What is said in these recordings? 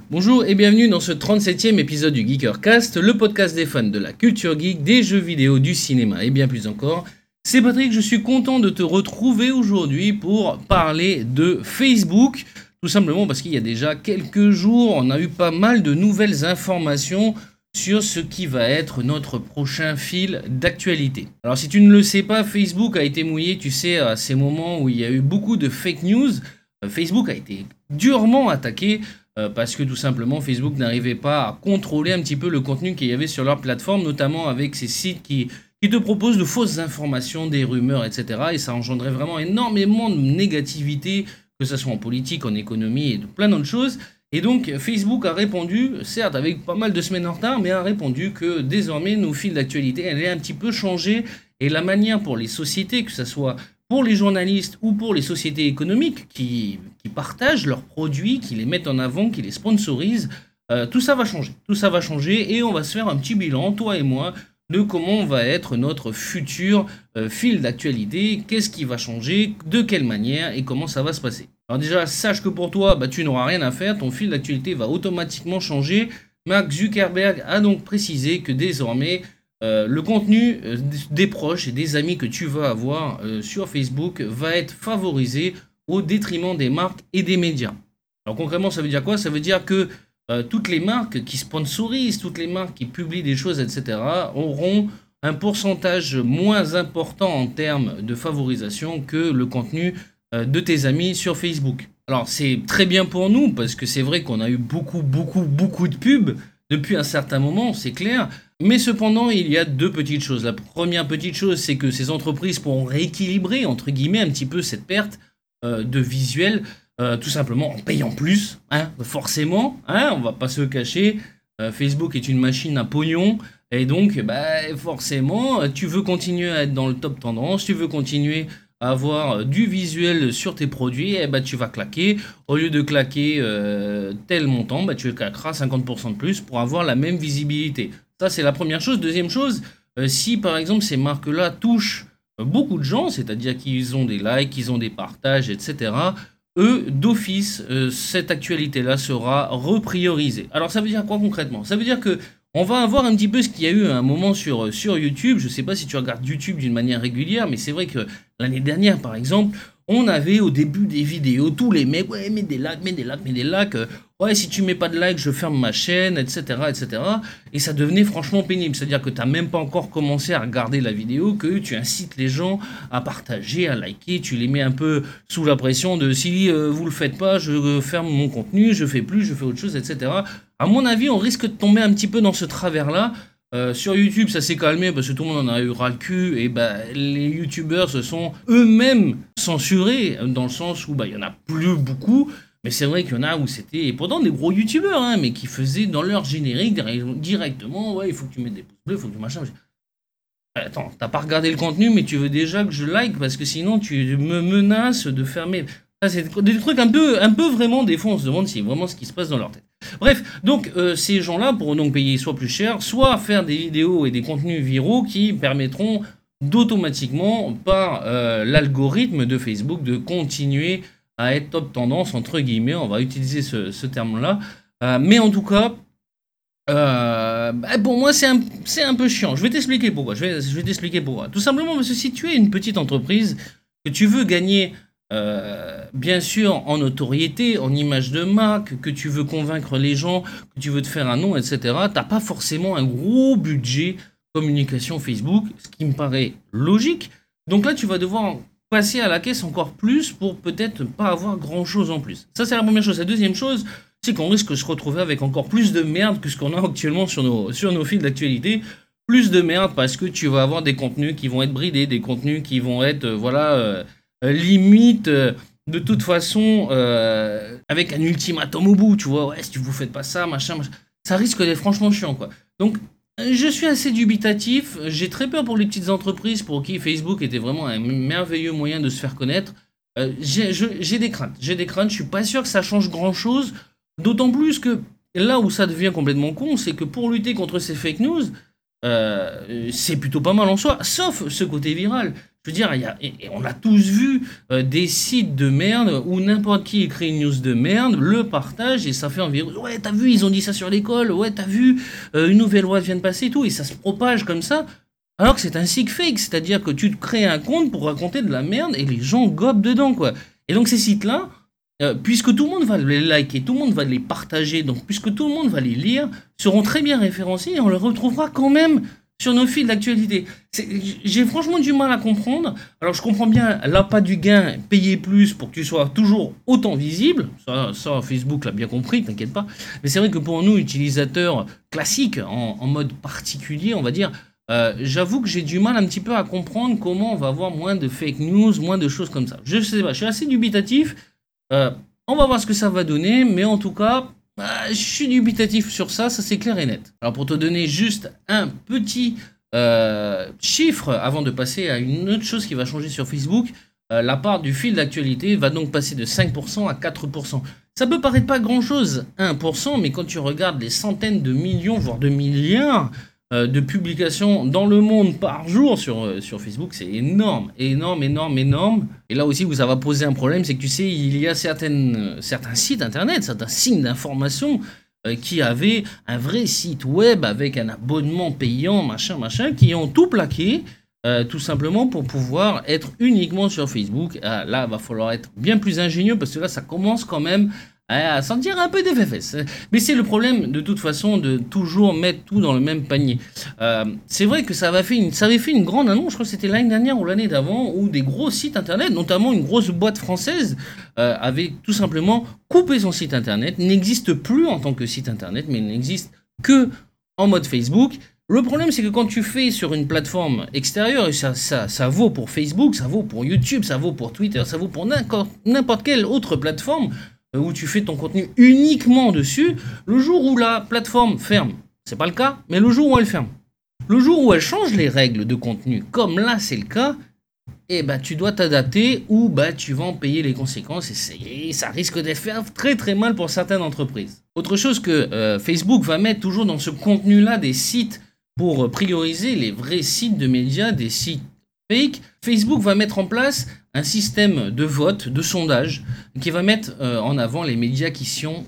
Bonjour et bienvenue dans ce 37e épisode du Geekercast, le podcast des fans de la culture geek, des jeux vidéo, du cinéma et bien plus encore. C'est Patrick, je suis content de te retrouver aujourd'hui pour parler de Facebook, tout simplement parce qu'il y a déjà quelques jours, on a eu pas mal de nouvelles informations sur ce qui va être notre prochain fil d'actualité. Alors si tu ne le sais pas, Facebook a été mouillé, tu sais, à ces moments où il y a eu beaucoup de fake news. Facebook a été durement attaqué parce que tout simplement Facebook n'arrivait pas à contrôler un petit peu le contenu qu'il y avait sur leur plateforme, notamment avec ces sites qui te proposent de fausses informations, des rumeurs, etc. Et ça engendrait vraiment énormément de négativité, que ce soit en politique, en économie et de plein d'autres choses. Et donc Facebook a répondu, certes avec pas mal de semaines en retard, mais a répondu que désormais nos fils d'actualité allaient un petit peu changer et la manière pour les sociétés, que ce soit pour les journalistes ou pour les sociétés économiques qui partagent leurs produits, qui les mettent en avant, qui les sponsorisent, tout ça va changer. Tout ça va changer et on va se faire un petit bilan, toi et moi, de comment va être notre futur fil d'actualité, qu'est-ce qui va changer, de quelle manière et comment ça va se passer. Alors déjà, sache que pour toi, tu n'auras rien à faire, ton fil d'actualité va automatiquement changer. Mark Zuckerberg a donc précisé que désormais, le contenu des proches et des amis que tu vas avoir sur Facebook va être favorisé au détriment des marques et des médias. Alors concrètement, ça veut dire quoi? Ça veut dire que toutes les marques qui sponsorisent, toutes les marques qui publient des choses, etc., auront un pourcentage moins important en termes de favorisation que le contenu de tes amis sur Facebook. Alors c'est très bien pour nous, parce que c'est vrai qu'on a eu beaucoup de pubs depuis un certain moment, c'est clair. Mais cependant, il y a deux petites choses. La première petite chose, c'est que ces entreprises pourront rééquilibrer, entre guillemets, un petit peu cette perte de visuel, tout simplement en payant plus, forcément, on va pas se cacher. Facebook est une machine à pognon, et donc, forcément, tu veux continuer à être dans le top tendance, tu veux continuer à avoir du visuel sur tes produits, tu vas claquer. Au lieu de claquer tel montant, tu claqueras 50% de plus pour avoir la même visibilité. Ça, c'est la première chose. Deuxième chose, si par exemple ces marques-là touchent beaucoup de gens, c'est-à-dire qu'ils ont des likes, qu'ils ont des partages, etc., eux, d'office, cette actualité-là sera repriorisée. Alors ça veut dire quoi concrètement? Ça veut dire que on va avoir un petit peu ce qu'il y a eu à un moment sur YouTube. Je ne sais pas si tu regardes YouTube d'une manière régulière, mais c'est vrai que l'année dernière, par exemple, on avait au début des vidéos tous les mecs, ouais, mets des likes, ouais, si tu mets pas de likes, je ferme ma chaîne, etc., etc. Et ça devenait franchement pénible. C'est-à-dire que tu n'as même pas encore commencé à regarder la vidéo, que tu incites les gens à partager, à liker, tu les mets un peu sous la pression de si vous le faites pas, je ferme mon contenu, je fais plus, je fais autre chose, etc. À mon avis, on risque de tomber un petit peu dans ce travers-là. Sur YouTube, ça s'est calmé parce que tout le monde en a eu ras le cul et les youtubeurs se sont eux-mêmes censurés dans le sens où il y en a plus beaucoup, mais c'est vrai qu'il y en a où c'était pourtant des gros youtubeurs, mais qui faisaient dans leur générique directement, ouais, il faut que tu mettes des pouces bleus, il faut que tu machin. Attends, t'as pas regardé le contenu, mais tu veux déjà que je like parce que sinon tu me menaces de fermer. Ça, c'est des trucs un peu vraiment, des fois on se demande si c'est vraiment ce qui se passe dans leur tête. Bref, donc ces gens-là pourront donc payer soit plus cher, soit faire des vidéos et des contenus viraux qui permettront d'automatiquement, par l'algorithme de Facebook, de continuer à être top tendance, entre guillemets, on va utiliser ce terme-là. Mais en tout cas, pour moi, c'est un peu chiant. Je vais t'expliquer pourquoi. Je vais t'expliquer pourquoi. Tout simplement parce que si tu es une petite entreprise, que tu veux gagner bien sûr en notoriété, en image de marque, que tu veux convaincre les gens, que tu veux te faire un nom, etc., t'as pas forcément un gros budget communication Facebook, ce qui me paraît logique. Donc là, tu vas devoir passer à la caisse encore plus pour peut-être pas avoir grand-chose en plus. Ça, c'est la première chose. La deuxième chose, c'est qu'on risque de se retrouver avec encore plus de merde que ce qu'on a actuellement sur nos fils d'actualité. Plus de merde parce que tu vas avoir des contenus qui vont être bridés, des contenus qui vont être, limite, de toute façon, avec un ultimatum au bout, tu vois, ouais, si vous faites pas ça, machin, ça risque d'être franchement chiant, quoi. Donc, je suis assez dubitatif, j'ai très peur pour les petites entreprises pour qui Facebook était vraiment un merveilleux moyen de se faire connaître. J'ai des craintes, je suis pas sûr que ça change grand-chose, d'autant plus que là où ça devient complètement con, c'est que pour lutter contre ces fake news, c'est plutôt pas mal en soi, sauf ce côté viral. Je veux dire, et on a tous vu des sites de merde où n'importe qui écrit une news de merde, le partage et ça fait environ ouais, t'as vu, ils ont dit ça sur l'école, ouais, t'as vu, une nouvelle loi vient de passer et tout, et ça se propage comme ça. Alors que c'est un sick fake, c'est-à-dire que tu te crées un compte pour raconter de la merde et les gens gobent dedans, quoi. Et donc ces sites-là, puisque tout le monde va les liker, tout le monde va les partager, donc puisque tout le monde va les lire, seront très bien référencés et on les retrouvera quand même sur nos fils d'actualité. J'ai franchement du mal à comprendre. Alors je comprends bien l'appât du gain, payer plus pour que tu sois toujours autant visible. Ça Facebook l'a bien compris, t'inquiète pas. Mais c'est vrai que pour nous, utilisateurs classiques, en mode particulier, on va dire, j'avoue que j'ai du mal un petit peu à comprendre comment on va avoir moins de fake news, moins de choses comme ça. Je sais pas, je suis assez dubitatif. On va voir ce que ça va donner, mais en tout cas, je suis dubitatif sur ça, ça c'est clair et net. Alors pour te donner juste un petit chiffre avant de passer à une autre chose qui va changer sur Facebook, la part du fil d'actualité va donc passer de 5% à 4%. Ça peut paraître pas grand chose, 1%, mais quand tu regardes les centaines de millions, voire de milliards de publications dans le monde par jour sur Facebook, c'est énorme, énorme, énorme, énorme. Et là aussi où ça va poser un problème, c'est que tu sais, il y a certains sites internet, certains signes d'information qui avaient un vrai site web avec un abonnement payant, machin, qui ont tout plaqué, tout simplement pour pouvoir être uniquement sur Facebook. Là, il va falloir être bien plus ingénieux parce que là, ça commence quand même à sentir un peu des fesses. Mais c'est le problème de toute façon de toujours mettre tout dans le même panier. C'est vrai que ça avait fait une grande annonce, je crois que c'était l'année dernière ou l'année d'avant, où des gros sites internet, notamment une grosse boîte française, avait tout simplement coupé son site internet, n'existe plus en tant que site internet, mais n'existe que en mode Facebook. Le problème, c'est que quand tu fais sur une plateforme extérieure, et ça vaut pour Facebook, ça vaut pour YouTube, ça vaut pour Twitter, ça vaut pour n'importe quelle autre plateforme, où tu fais ton contenu uniquement dessus, le jour où la plateforme ferme, c'est pas le cas, mais le jour où elle ferme, le jour où elle change les règles de contenu, comme là c'est le cas, et bah tu dois t'adapter ou bah tu vas en payer les conséquences et ça risque de faire très très mal pour certaines entreprises. Autre chose que Facebook va mettre toujours dans ce contenu-là des sites pour prioriser les vrais sites de médias, des sites fake, Facebook va mettre en place un système de vote, de sondage, qui va mettre en avant les médias qui sont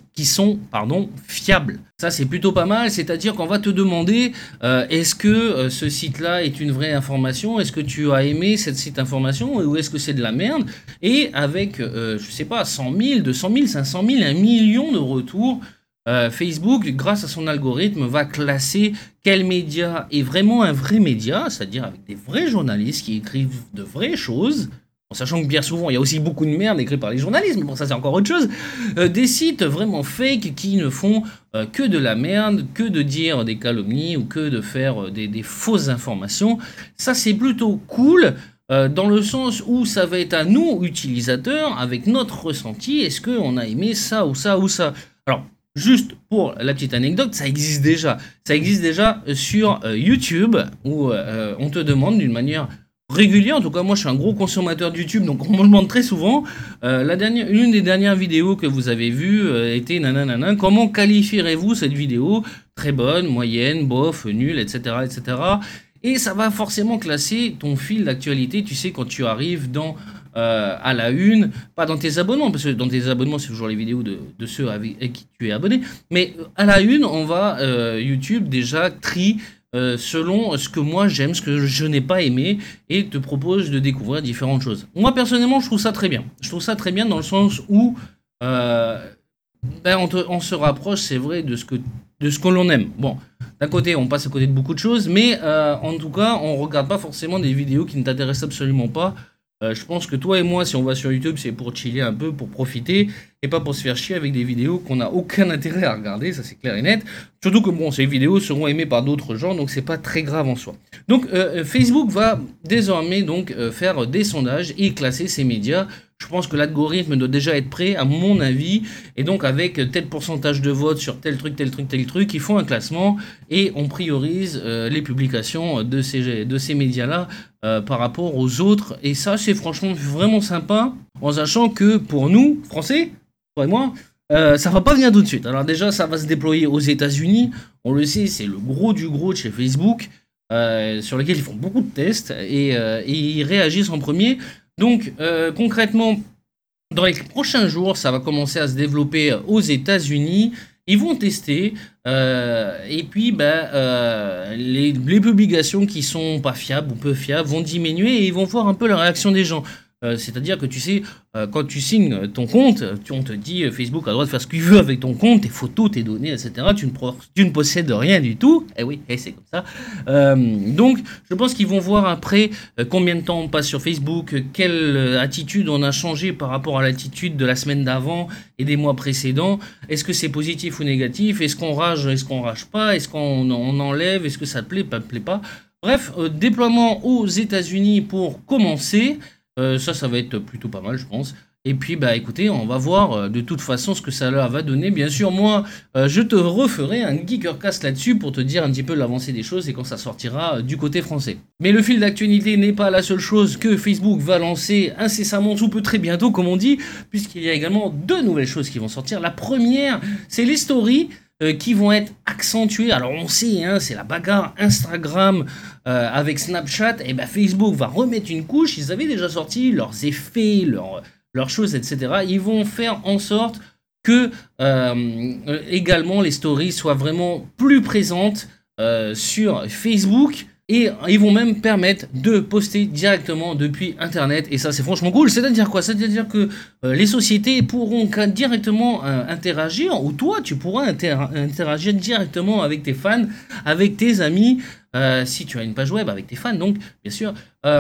fiables. Ça, c'est plutôt pas mal, c'est-à-dire qu'on va te demander est-ce que ce site-là est une vraie information, est-ce que tu as aimé cette information, ou est-ce que c'est de la merde. Et avec, je sais pas, 100 000, 200 000, 500 000, 1 million de retours, Facebook, grâce à son algorithme, va classer quel média est vraiment un vrai média, c'est-à-dire avec des vrais journalistes qui écrivent de vraies choses, en sachant que bien souvent, il y a aussi beaucoup de merde écrite par les journalistes, mais bon, ça c'est encore autre chose. Des sites vraiment fake qui ne font que de la merde, que de dire des calomnies ou que de faire des fausses informations. Ça c'est plutôt cool. Dans le sens où ça va être à nous, utilisateurs, avec notre ressenti, est-ce qu'on a aimé ça ou ça ou ça. Alors, juste pour la petite anecdote, ça existe déjà. Ça existe déjà sur YouTube, où on te demande d'une manière régulière, en tout cas moi je suis un gros consommateur de YouTube, donc on me demande très souvent, l'une des dernières vidéos que vous avez vues était nanana, comment qualifierez-vous cette vidéo? Très bonne, moyenne, bof, nulle, etc., etc. Et ça va forcément classer ton fil d'actualité, tu sais, quand tu arrives à la une, pas dans tes abonnements, parce que dans tes abonnements, c'est toujours les vidéos de ceux avec qui tu es abonné, mais à la une, on va, YouTube déjà trie selon ce que moi j'aime, ce que je n'ai pas aimé, et te propose de découvrir différentes choses. Moi, personnellement, je trouve ça très bien. Je trouve ça très bien dans le sens où on se rapproche, c'est vrai, de ce que l'on aime. Bon, d'un côté, on passe à côté de beaucoup de choses, mais en tout cas, on regarde pas forcément des vidéos qui ne t'intéressent absolument pas. Je pense que toi et moi, si on va sur YouTube, c'est pour chiller un peu, pour profiter, et pas pour se faire chier avec des vidéos qu'on n'a aucun intérêt à regarder, ça c'est clair et net. Surtout que bon, ces vidéos seront aimées par d'autres gens, donc c'est pas très grave en soi. Donc Facebook va désormais donc faire des sondages et classer ces médias. Je pense que l'algorithme doit déjà être prêt, à mon avis, et donc avec tel pourcentage de votes sur tel truc, ils font un classement et on priorise les publications de ces médias-là par rapport aux autres. Et ça, c'est franchement vraiment sympa, en sachant que pour nous, Français, toi et moi, ça va pas venir tout de suite. Alors déjà, ça va se déployer aux États-Unis. On le sait, c'est le gros du gros de chez Facebook. sur lesquels ils font beaucoup de tests et ils réagissent en premier. Donc concrètement, dans les prochains jours, ça va commencer à se développer aux États-Unis. Ils vont tester et puis les publications qui sont pas fiables ou peu fiables vont diminuer et ils vont voir un peu la réaction des gens. C'est-à-dire que tu sais, quand tu signes ton compte, on te dit Facebook a le droit de faire ce qu'il veut avec ton compte, tes photos, tes données, etc. Tu ne possèdes rien du tout. Eh oui, c'est comme ça. Donc, je pense qu'ils vont voir après combien de temps on passe sur Facebook, quelle attitude on a changé par rapport à l'attitude de la semaine d'avant et des mois précédents. Est-ce que c'est positif ou négatif? Est-ce qu'on rage pas? Est-ce qu'on enlève? Est-ce que ça te plaît, pas te plaît pas? Bref, déploiement aux États-Unis pour commencer. Ça va être plutôt pas mal, je pense. Et puis, écoutez, on va voir de toute façon ce que ça leur va donner. Bien sûr, moi, je te referai un Geekercast là-dessus pour te dire un petit peu l'avancée des choses et quand ça sortira du côté français. Mais le fil d'actualité n'est pas la seule chose que Facebook va lancer incessamment sous peu, très bientôt, comme on dit, puisqu'il y a également 2 nouvelles choses qui vont sortir. La première, c'est les stories qui vont être accentuées. Alors on sait, c'est la bagarre Instagram avec Snapchat. Et Facebook va remettre une couche. Ils avaient déjà sorti leurs effets, leurs choses, etc. Ils vont faire en sorte que également les stories soient vraiment plus présentes sur Facebook. Et ils vont même permettre de poster directement depuis Internet. Et ça, c'est franchement cool. C'est-à-dire quoi? C'est-à-dire que les sociétés pourront directement interagir, ou toi, tu pourras interagir directement avec tes fans, avec tes amis, si tu as une page web avec tes fans, donc, bien sûr,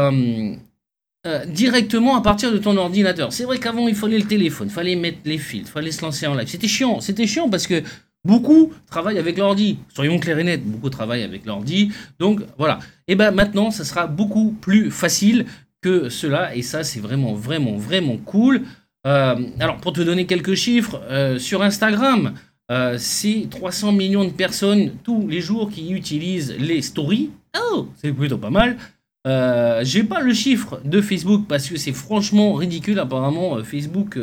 directement à partir de ton ordinateur. C'est vrai qu'avant, il fallait le téléphone, il fallait mettre les filtres, il fallait se lancer en live. C'était chiant parce que beaucoup travaillent avec l'ordi. Soyons clairs et nets, beaucoup travaillent avec l'ordi. Donc voilà. Et maintenant, ça sera beaucoup plus facile que cela. Et ça, c'est vraiment, vraiment, vraiment cool. Alors, pour te donner quelques chiffres, sur Instagram, c'est 300 millions de personnes tous les jours qui utilisent les stories. Oh, c'est plutôt pas mal. J'ai pas le chiffre de Facebook parce que c'est franchement ridicule. Apparemment, Facebook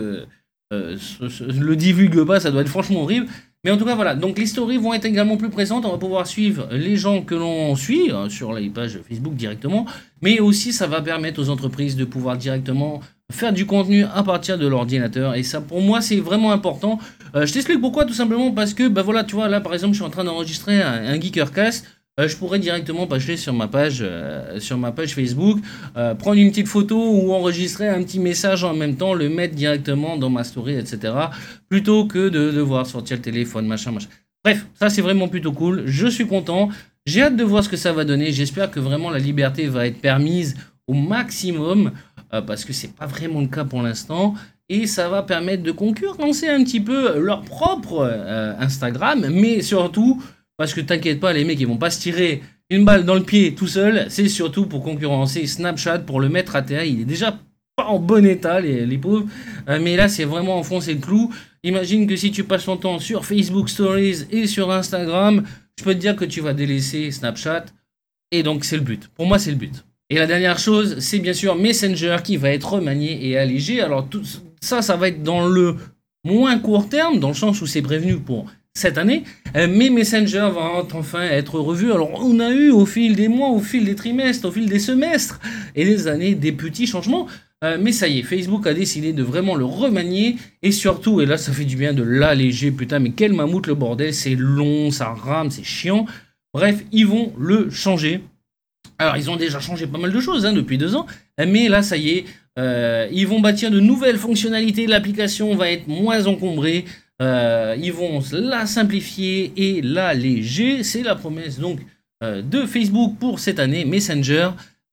le divulgue pas. Ça doit être franchement horrible. Mais en tout cas, voilà. Donc, les stories vont être également plus présentes. On va pouvoir suivre les gens que l'on suit sur les pages Facebook directement. Mais aussi, ça va permettre aux entreprises de pouvoir directement faire du contenu à partir de l'ordinateur. Et ça, pour moi, c'est vraiment important. Je t'explique pourquoi, tout simplement parce que, voilà, tu vois, là, par exemple, je suis en train d'enregistrer un Geekercast. Je pourrais directement passer sur ma page Facebook, prendre une petite photo ou enregistrer un petit message en même temps, le mettre directement dans ma story, etc. Plutôt que de devoir sortir le téléphone, machin. Bref, ça c'est vraiment plutôt cool. Je suis content. J'ai hâte de voir ce que ça va donner. J'espère que vraiment la liberté va être permise au maximum parce que c'est pas vraiment le cas pour l'instant. Et ça va permettre de concurrencer un petit peu leur propre Instagram, mais surtout parce que t'inquiète pas, les mecs, ils vont pas se tirer une balle dans le pied tout seul. C'est surtout pour concurrencer Snapchat, pour le mettre à terre. Il est déjà pas en bon état, les pauvres. Mais là, c'est vraiment enfoncer le clou. Imagine que si tu passes ton temps sur Facebook Stories et sur Instagram, je peux te dire que tu vas délaisser Snapchat. Et donc, c'est le but. Pour moi, c'est le but. Et la dernière chose, c'est bien sûr Messenger qui va être remanié et allégé. Alors, tout ça, ça va être dans le moins court terme, dans le sens où c'est prévenu pour cette année, mais Messenger va enfin être revu. Alors on a eu au fil des mois, au fil des trimestres, au fil des semestres et des années des petits changements, mais ça y est, Facebook a décidé de vraiment le remanier et surtout, et là ça fait du bien de l'alléger, putain mais quel mammouth le bordel, c'est long, ça rame, c'est chiant, bref, ils vont le changer. Alors ils ont déjà changé pas mal de choses depuis 2 ans, mais là ça y est, ils vont bâtir de nouvelles fonctionnalités, l'application va être moins encombrée. Ils vont la simplifier et l'alléger. C'est la promesse donc de Facebook pour cette année. Messenger,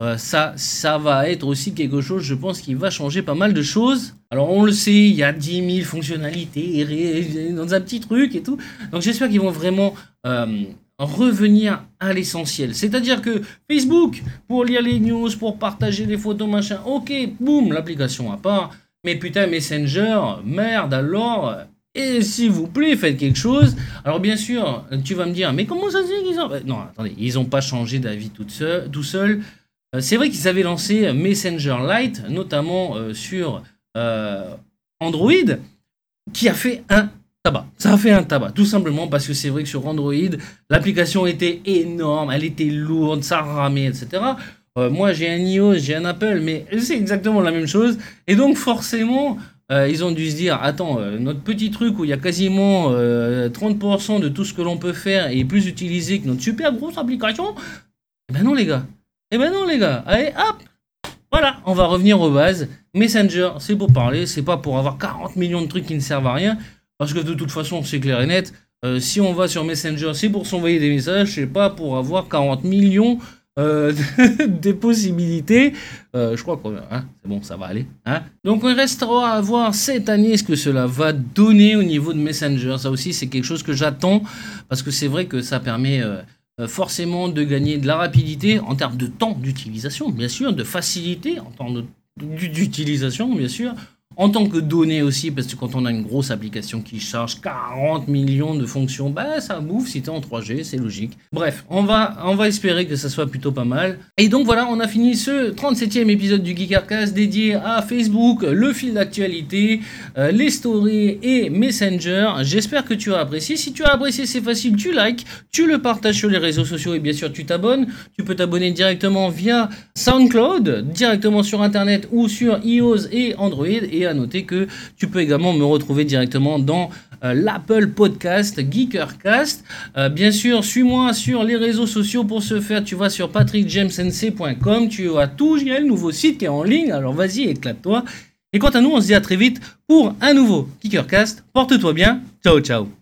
ça va être aussi quelque chose, je pense, qui va changer pas mal de choses. Alors on le sait, il y a 10 000 fonctionnalités dans un petit truc et tout. Donc j'espère qu'ils vont vraiment revenir à l'essentiel. C'est-à-dire que Facebook, pour lire les news, pour partager les photos, machin, ok, boum, l'application à part. Mais putain, Messenger, merde alors... Et s'il vous plaît, faites quelque chose. Alors bien sûr, tu vas me dire, mais comment ça se fait qu'ils ont... Non, attendez, ils n'ont pas changé d'avis tout seul. C'est vrai qu'ils avaient lancé Messenger Lite, notamment sur Android, qui a fait un tabac. Ça a fait un tabac, tout simplement parce que c'est vrai que sur Android, l'application était énorme, elle était lourde, ça ramait, etc. Moi, j'ai un iOS, j'ai un Apple, mais c'est exactement la même chose. Et donc, forcément, ils ont dû se dire, attends, notre petit truc où il y a quasiment 30% de tout ce que l'on peut faire est plus utilisé que notre super grosse application. Eh ben non, les gars. Eh ben non, les gars. Allez, hop. Voilà, on va revenir aux bases. Messenger, c'est pour parler, c'est pas pour avoir 40 millions de trucs qui ne servent à rien. Parce que de toute façon, c'est clair et net. Si on va sur Messenger, c'est pour s'envoyer des messages, c'est pas pour avoir 40 millions des possibilités. Je crois que hein, c'est bon, ça va aller. Hein. Donc, on restera à voir cette année ce que cela va donner au niveau de Messenger. Ça aussi, c'est quelque chose que j'attends parce que c'est vrai que ça permet forcément de gagner de la rapidité en termes de temps d'utilisation, bien sûr, de facilité en termes d'utilisation, bien sûr. En tant que données aussi, parce que quand on a une grosse application qui charge 40 millions de fonctions, bah ça bouffe si t'es en 3G, c'est logique. Bref, on va espérer que ça soit plutôt pas mal. Et donc voilà, on a fini ce 37e épisode du Geekercast dédié à Facebook, le fil d'actualité, les stories et Messenger. J'espère que tu as apprécié. Si tu as apprécié, c'est facile, tu likes, tu le partages sur les réseaux sociaux et bien sûr tu t'abonnes. Tu peux t'abonner directement via SoundCloud, directement sur Internet ou sur iOS et Android. Et à noter que tu peux également me retrouver directement dans l'Apple Podcast Geekercast. Bien sûr, suis-moi sur les réseaux sociaux. Pour ce faire, tu vas sur patrickjamesnc.com. Tu as tout, il y a le nouveau site qui est en ligne. Alors vas-y, éclate-toi. Et quant à nous, on se dit à très vite pour un nouveau Geekercast. Porte-toi bien. Ciao, ciao.